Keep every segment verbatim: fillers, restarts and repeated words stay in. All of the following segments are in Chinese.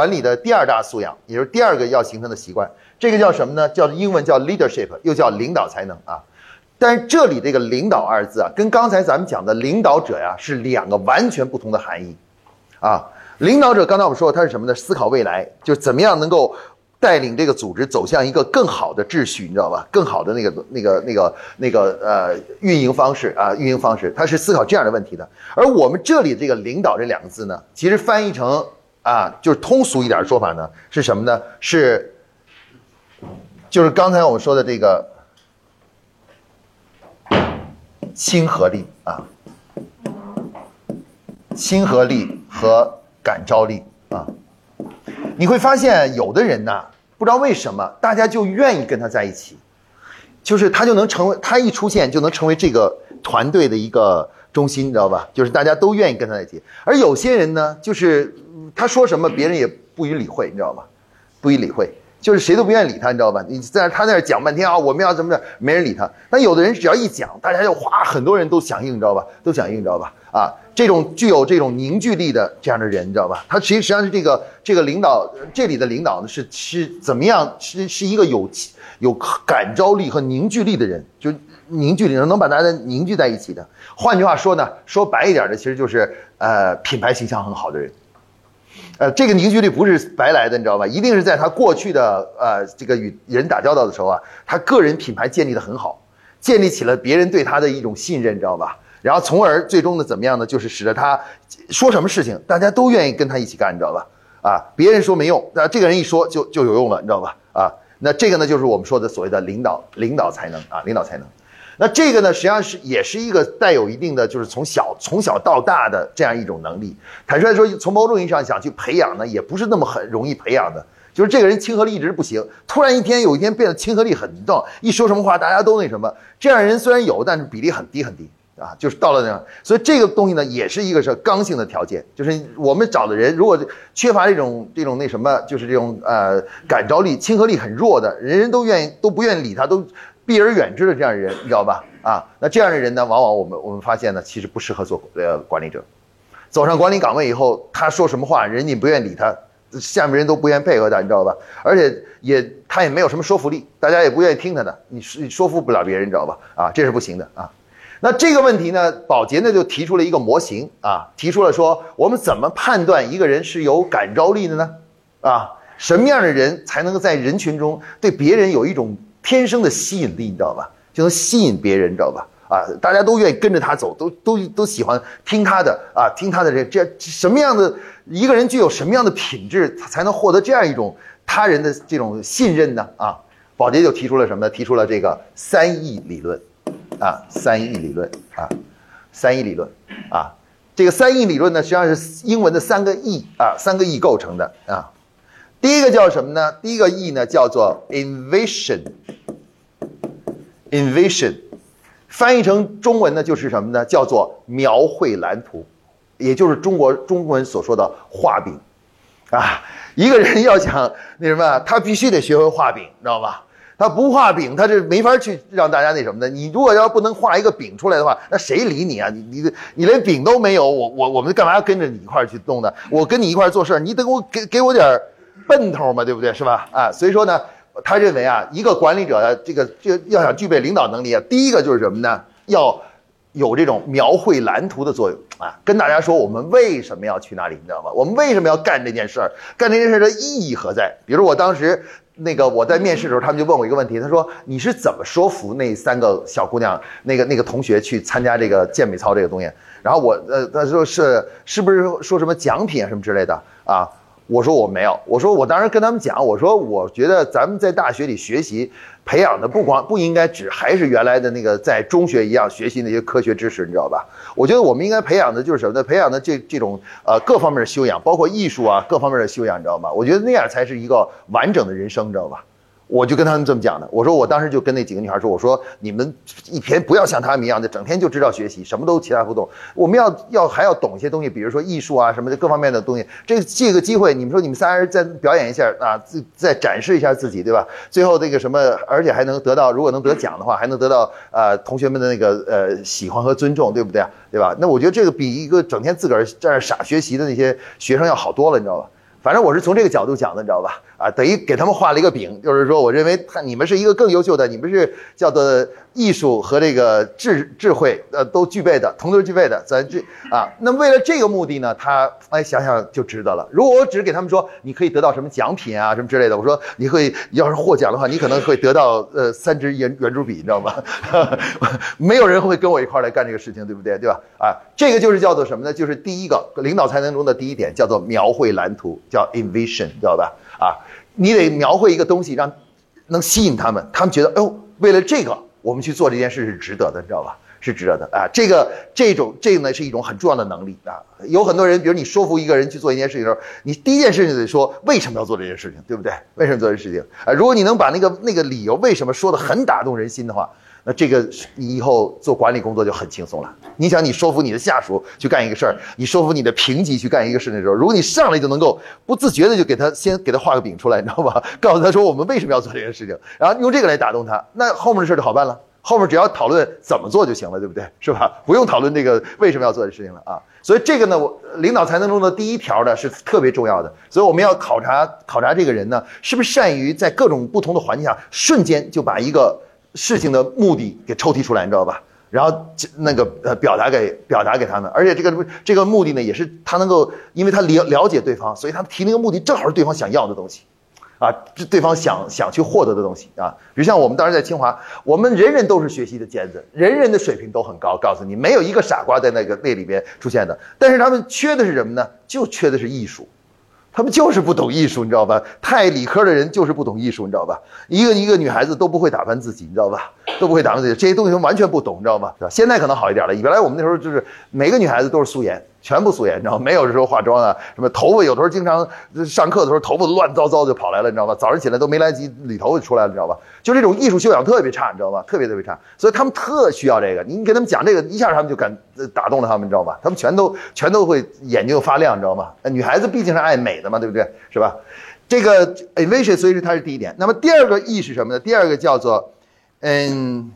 管理的第二大素养，也就是第二个要形成的习惯。这个叫什么呢？叫英文叫 leadership， 又叫领导才能啊。但是这里这个领导二字啊，跟刚才咱们讲的领导者呀，是两个完全不同的含义啊。领导者刚才我们说他是什么呢？思考未来，就是怎么样能够带领这个组织走向一个更好的秩序，你知道吧？更好的那个那个那个那个呃运营方式啊，运营方式，他是思考这样的问题的。而我们这里这个领导这两个字呢，其实翻译成啊，就是通俗一点的说法呢，是什么呢？是就是刚才我们说的这个亲和力啊，亲和力和感召力啊。你会发现有的人呢，不知道为什么大家就愿意跟他在一起，就是他就能成为，他一出现就能成为这个团队的一个中心，你知道吧？就是大家都愿意跟他在一起。而有些人呢，就是他说什么别人也不予理会，你知道吗？不予理会，就是谁都不愿意理他，你知道吧？你在他那儿讲半天啊，我们要怎么的，没人理他。但有的人只要一讲，大家就哗，很多人都响应，你知道吧？都响应，你知道吧？啊，这种具有这种凝聚力的这样的人，你知道吧？他实际上是这个这个领导，这里的领导呢是是怎么样？是是一个有有感召力和凝聚力的人，就凝聚力能把大家凝聚在一起的。换句话说呢，说白一点的，其实就是呃品牌形象很好的人。呃，这个凝聚力不是白来的，你知道吧？一定是在他过去的呃这个与人打交道的时候啊，他个人品牌建立的很好，建立起了别人对他的一种信任，你知道吧？然后从而最终呢怎么样呢？就是使得他说什么事情大家都愿意跟他一起干，你知道吧？啊，别人说没用，那这个人一说就就有用了，你知道吧？啊，那这个呢就是我们说的所谓的领导领导才能啊，领导才能。那这个呢实际上是也是一个带有一定的就是从小从小到大的这样一种能力。坦率说，从某种意义上想去培养呢，也不是那么很容易培养的。就是这个人亲和力一直不行，突然一天有一天变得亲和力很重，一说什么话大家都那什么。这样的人虽然有，但是比例很低很低。啊，就是到了那样，所以这个东西呢，也是一个是刚性的条件，就是我们找的人如果缺乏这种这种那什么，就是这种呃感召力、亲和力很弱的，人人都愿意都不愿意理他，都避而远之的这样的人，你知道吧？啊，那这样的人呢，往往我们我们发现呢，其实不适合做呃管理者。走上管理岗位以后，他说什么话，人家不愿意理他，下面人都不愿意配合他，你知道吧？而且也他也没有什么说服力，大家也不愿意听他的，你你说服不了别人，你知道吧？啊，这是不行的啊。那这个问题呢，宝洁呢就提出了一个模型啊，提出了说我们怎么判断一个人是有感召力的呢？啊，什么样的人才能够在人群中对别人有一种天生的吸引力，你知道吧？就能吸引别人，你知道吧？啊，大家都愿意跟着他走，都都都喜欢听他的啊，听他的这这什么样的一个人具有什么样的品质，才能获得这样一种他人的这种信任呢？啊，宝洁就提出了什么呢？提出了这个三义理论。啊，三义理论啊，三义理论啊，这个三义理论呢，实际上是英文的三个义啊，三个义构成的啊。第一个叫什么呢？第一个义呢叫做 envision，envision， 翻译成中文呢就是什么呢？叫做描绘蓝图，也就是中国中文所说的画饼啊。一个人要想那什么，他必须得学会画饼，知道吧？他不画饼，他这没法去让大家那什么的。你如果要不能画一个饼出来的话，那谁理你啊？你你你连饼都没有，我我我们干嘛要跟着你一块去弄的？我跟你一块做事，你得给我给给我点奔头嘛，对不对？是吧？啊，所以说呢，他认为啊，一个管理者的这个这个要想具备领导能力啊，第一个就是什么呢？要有这种描绘蓝图的作用啊，跟大家说我们为什么要去哪里，你知道吗？我们为什么要干这件事儿？干这件事的意义何在？比如我当时。那个我在面试的时候，他们就问我一个问题，他说你是怎么说服那三个小姑娘，那个那个同学去参加这个健美操这个东西？然后我呃他说是是不是说什么奖品啊什么之类的啊？我说我没有，我说我当时跟他们讲，我说我觉得咱们在大学里学习培养的不光不应该只还是原来的那个在中学一样学习那些科学知识，你知道吧？我觉得我们应该培养的就是什么呢？培养的这这种呃各方面的修养，包括艺术啊各方面的修养，你知道吗？我觉得那样才是一个完整的人生，你知道吧？我就跟他们这么讲的，我说我当时就跟那几个女孩说，我说你们一天不要像他们一样的，整天就知道学习，什么都其他不懂。我们要要还要懂一些东西，比如说艺术啊什么的各方面的东西。这个这个机会，你们说你们仨人再表演一下啊，再展示一下自己，对吧？最后这个什么，而且还能得到，如果能得奖的话，还能得到呃同学们的那个呃喜欢和尊重，对不对？对吧？那我觉得这个比一个整天自个儿在那傻学习的那些学生要好多了，你知道吧？ 反正我是从这个角度讲的，你知道吧？啊，等于给他们画了一个饼，就是说，我认为他你们是一个更优秀的，你们是叫做艺术和这个智智慧，呃，都具备的，同都具备的，咱这啊，那为了这个目的呢，他哎想想就值得了。如果我只给他们说你可以得到什么奖品啊什么之类的，我说你会要是获奖的话，你可能会得到呃三支圆圆珠笔，你知道吗？没有人会跟我一块来干这个事情，对不对？对吧？啊，这个就是叫做什么呢？就是第一个领导才能中的第一点，叫做描绘蓝图，叫 envision， 知道吧？啊，你得描绘一个东西，让能吸引他们，他们觉得，哦，为了这个，我们去做这件事是值得的，你知道吧？是值得的啊。这个这种这个呢是一种很重要的能力啊。有很多人，比如你说服一个人去做一件事情的时候，你第一件事情得说为什么要做这件事情，对不对？为什么做这件事情啊？如果你能把那个那个理由为什么说的很打动人心的话，那这个你以后做管理工作就很轻松了。你想，你说服你的下属去干一个事儿，你说服你的评级去干一个事情的时候，如果你上来就能够不自觉的就给他先给他画个饼出来，你知道吧？告诉他说我们为什么要做这件事情，然后用这个来打动他，那后面的事就好办了。后面只要讨论怎么做就行了，对不对？是吧？不用讨论这个为什么要做这事情了啊。所以这个呢，我领导才能中的第一条呢是特别重要的。所以我们要考察考察这个人呢，是不是善于在各种不同的环境下瞬间就把一个事情的目的给抽提出来，你知道吧？然后那个呃表达给表达给他们，而且这个这个目的呢，也是他能够，因为他了了解对方，所以他提那个目的正好是对方想要的东西，啊，这对方想想去获得的东西啊。比如像我们当时在清华，我们人人都是学习的尖子，人人的水平都很高，告诉你没有一个傻瓜在那个那里边出现的，但是他们缺的是什么呢？就缺的是艺术。他们就是不懂艺术，你知道吧？太理科的人就是不懂艺术，你知道吧？一个一个女孩子都不会打扮自己，你知道吧？都不会打扮自己，这些东西完全不懂，你知道吗？是吧？现在可能好一点了。原来我们那时候就是每个女孩子都是素颜，全部素颜，你知道吗？没有时候化妆啊，什么头发有的时候经常上课的时候头发乱糟糟就跑来了，你知道吗？早上起来都没来及理头就出来了，你知道吧？就这种艺术修养特别差，你知道吗？特别特别差，所以他们特需要这个。你给他们讲这个，一下他们就敢打动了他们，你知道吗？他们全都全都会眼睛发亮，你知道吗？女孩子毕竟是爱美的嘛，对不对？是吧？这个 envision 所以它是第一点。那么第二个 E 是什么呢？第二个叫做嗯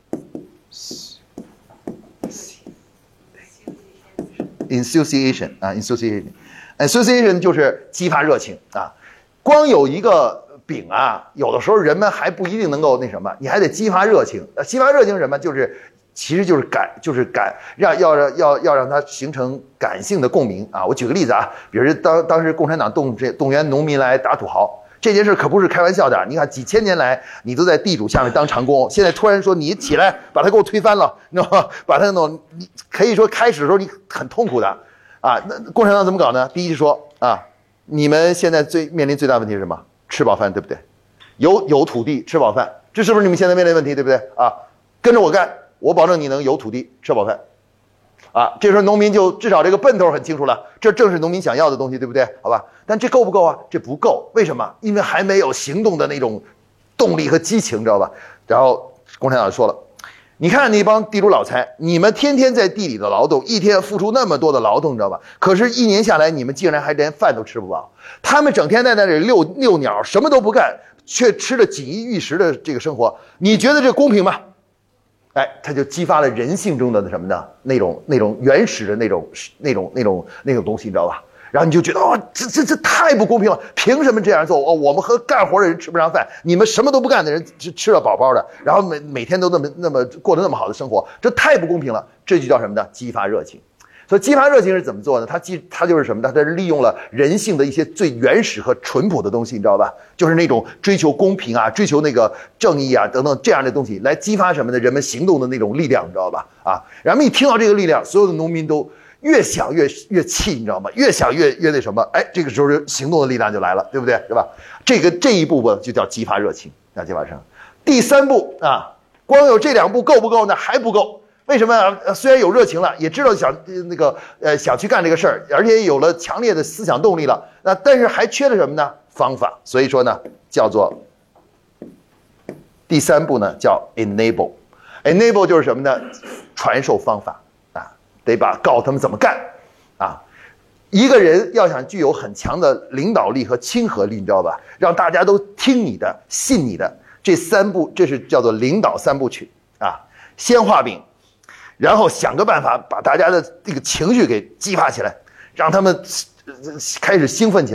，association 啊 ，association，association association 就是激发热情啊。光有一个饼啊，有的时候人们还不一定能够那什么，你还得激发热情。呃，激发热情是什么？就是其实就是感，就是感，让要让要要让它形成感性的共鸣啊！我举个例子啊，比如当当时共产党动这动员农民来打土豪这件事，可不是开玩笑的。你看几千年来，你都在地主下面当长工，现在突然说你起来把他给我推翻了，你知道吗？把他弄，你可以说开始的时候你很痛苦的啊。那共产党怎么搞呢？第一是说啊，你们现在最面临最大问题是什么？吃饱饭，对不对？有有土地，吃饱饭，这是不是你们现在面临的问题，对不对？啊，跟着我干。我保证你能有土地吃饱饭，啊，这时候农民就至少这个奔头很清楚了，这正是农民想要的东西，对不对？好吧，但这够不够啊？这不够，为什么？因为还没有行动的那种动力和激情，知道吧？然后共产党说了，你看那帮地主老财，你们天天在地里的劳动，一天付出那么多的劳动，知道吧？可是，一年下来，你们竟然还连饭都吃不饱。他们整天在那里遛遛鸟，什么都不干，却吃着锦衣玉食的这个生活，你觉得这公平吗？哎，他就激发了人性中的什么呢？那种那种原始的那种那种那种那种东西，你知道吧？然后你就觉得哦，这这这太不公平了，凭什么这样做？哦，我们和干活的人吃不上饭，你们什么都不干的人吃吃了饱饱的，然后每每天都那么那么过得那么好的生活，这太不公平了。这就叫什么呢？激发热情。所以激发热情是怎么做呢？它激它就是什么呢？它是利用了人性的一些最原始和淳朴的东西，你知道吧？就是那种追求公平啊、追求那个正义啊等等这样的东西，来激发什么呢？人们行动的那种力量，你知道吧？啊，然后一听到这个力量，所有的农民都越想越越气，你知道吗？越想越越那什么？哎，这个时候行动的力量就来了，对不对？对吧？这个这一步就叫激发热情，叫激发热情。第三步啊，光有这两步够不够呢？还不够。为什么啊？虽然有热情了，也知道想那个呃想去干这个事儿，而且也有了强烈的思想动力了，那但是还缺了什么呢？方法。所以说呢，叫做第三步呢，叫 enable。enable 就是什么呢？传授方法啊，得把告诉他们怎么干啊。一个人要想具有很强的领导力和亲和力，你知道吧？让大家都听你的、信你的，这三步，这是叫做领导三部曲啊。先画饼。然后想个办法把大家的这个情绪给激发起来，让他们开始兴奋起来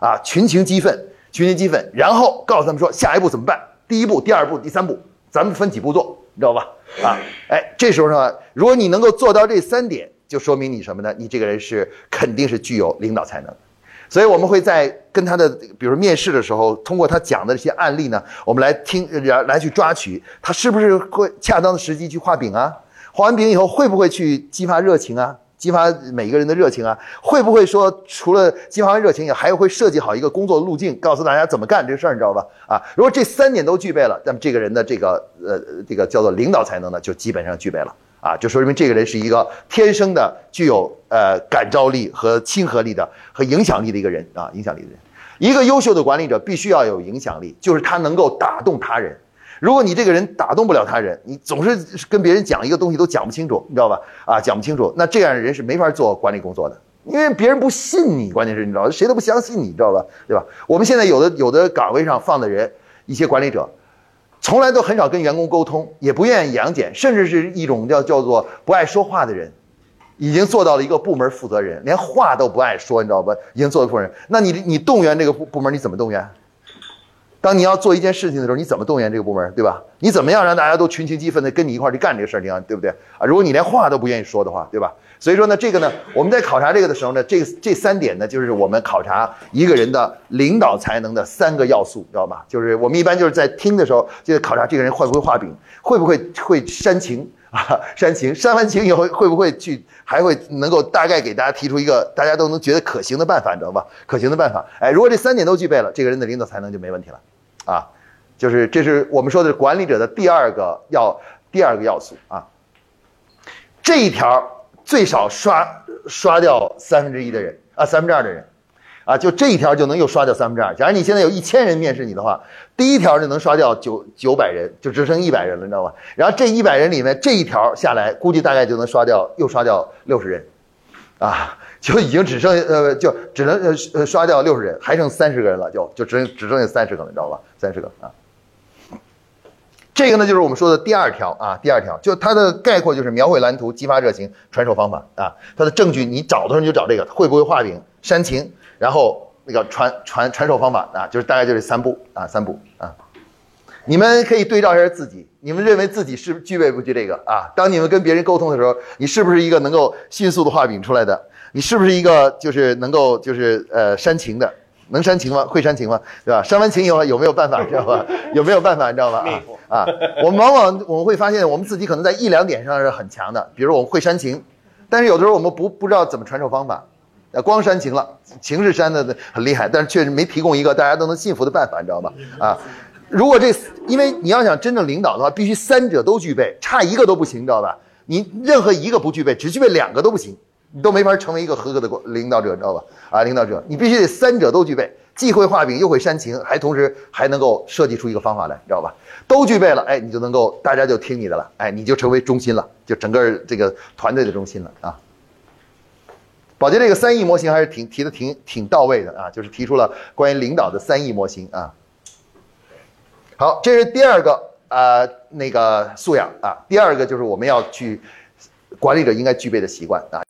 啊，群情激愤，群情激愤，然后告诉他们说下一步怎么办？第一步、第二步、第三步，咱们分几步做，你知道吧？啊，哎，这时候呢，如果你能够做到这三点，就说明你什么呢？你这个人是肯定是具有领导才能。所以我们会在跟他的，比如说面试的时候，通过他讲的这些案例呢，我们来听，来去抓取他是不是会恰当的时机去画饼啊？画完饼以后会不会去激发热情啊？激发每个人的热情啊？会不会说除了激发完热情，也还会设计好一个工作路径，告诉大家怎么干这个事儿，你知道吧？啊，如果这三点都具备了，那么这个人的这个呃这个叫做领导才能呢，就基本上具备了。啊，就说明这个人是一个天生的具有呃感召力和亲和力的和影响力的一个人啊，影响力的人。一个优秀的管理者必须要有影响力，就是他能够打动他人。如果你这个人打动不了他人，你总是跟别人讲一个东西都讲不清楚，你知道吧？啊，讲不清楚，那这样的人是没法做管理工作的，因为别人不信你，关键是你知道，谁都不相信你，知道吧？对吧？我们现在有的有的岗位上放的人，一些管理者。从来都很少跟员工沟通，也不愿意扬减，甚至是一种叫叫做不爱说话的人，已经做到了一个部门负责人，连话都不爱说，你知道吧？已经做到部门人。那你你动员这个部部门，你怎么动员？当你要做一件事情的时候，你怎么动员这个部门，对吧？你怎么样让大家都群情激愤的跟你一块儿去干这个事情，对不对啊？如果你连话都不愿意说的话，对吧？所以说呢，这个呢，我们在考察这个的时候呢，这这三点呢，就是我们考察一个人的领导才能的三个要素，知道吧？就是我们一般就是在听的时候，就考察这个人会不会画饼，会不会会煽情啊，煽情，煽完情以后会不会去，还会能够大概给大家提出一个大家都能觉得可行的办法，你知道吧？可行的办法，哎，如果这三点都具备了，这个人的领导才能就没问题了，啊，就是这是我们说的管理者的第二个要第二个要素啊，这一条。最少刷刷掉三分之一的人啊，三分之二的人，啊，就这一条就能又刷掉三分之二。假如你现在有一千人面试你的话，第一条就能刷掉九九百人，就只剩一百人了，你知道吗？然后这一百人里面这一条下来，估计大概就能刷掉又刷掉六十人，啊，就已经只剩呃就只能呃呃刷掉六十人，还剩三十个人了，就就只只剩下三十个了，你知道吧？三十个啊。这个呢，就是我们说的第二条啊，第二条，就它的概括就是描绘蓝图、激发热情、传授方法啊。它的证据你找的时候你就找这个，会不会画饼、煽情，然后那个传传传授方法啊，就是大概就是三步啊，三步啊。你们可以对照一下自己，你们认为自己是具备不具备这个啊？当你们跟别人沟通的时候，你是不是一个能够迅速的画饼出来的？你是不是一个就是能够就是呃煽情的？能煽情吗？会煽情吗？对吧？煽完情以后有没有办法，知道吧？有没有办法，你知道吧？啊啊，我们往往我们会发现，我们自己可能在一两点上是很强的，比如我们会煽情，但是有的时候我们不不知道怎么传授方法，呃，光煽情了，情是煽的很厉害，但是确实没提供一个大家都能信服的办法，你知道吧？啊，如果这因为你要想真正领导的话，必须三者都具备，差一个都不行，你知道吧？你任何一个不具备，只具备两个都不行。你都没法成为一个合格的领导者，你知道吧？啊，领导者，你必须得三者都具备，既会画饼，又会煽情，还同时还能够设计出一个方法来，你知道吧？都具备了，哎，你就能够大家就听你的了，哎，你就成为中心了，就整个这个团队的中心了啊。宝洁这个三 E 模型还是挺提的挺挺到位的啊，就是提出了关于领导的三 E 模型啊。好，这是第二个啊、呃、那个素养啊，第二个就是我们要去管理者应该具备的习惯啊。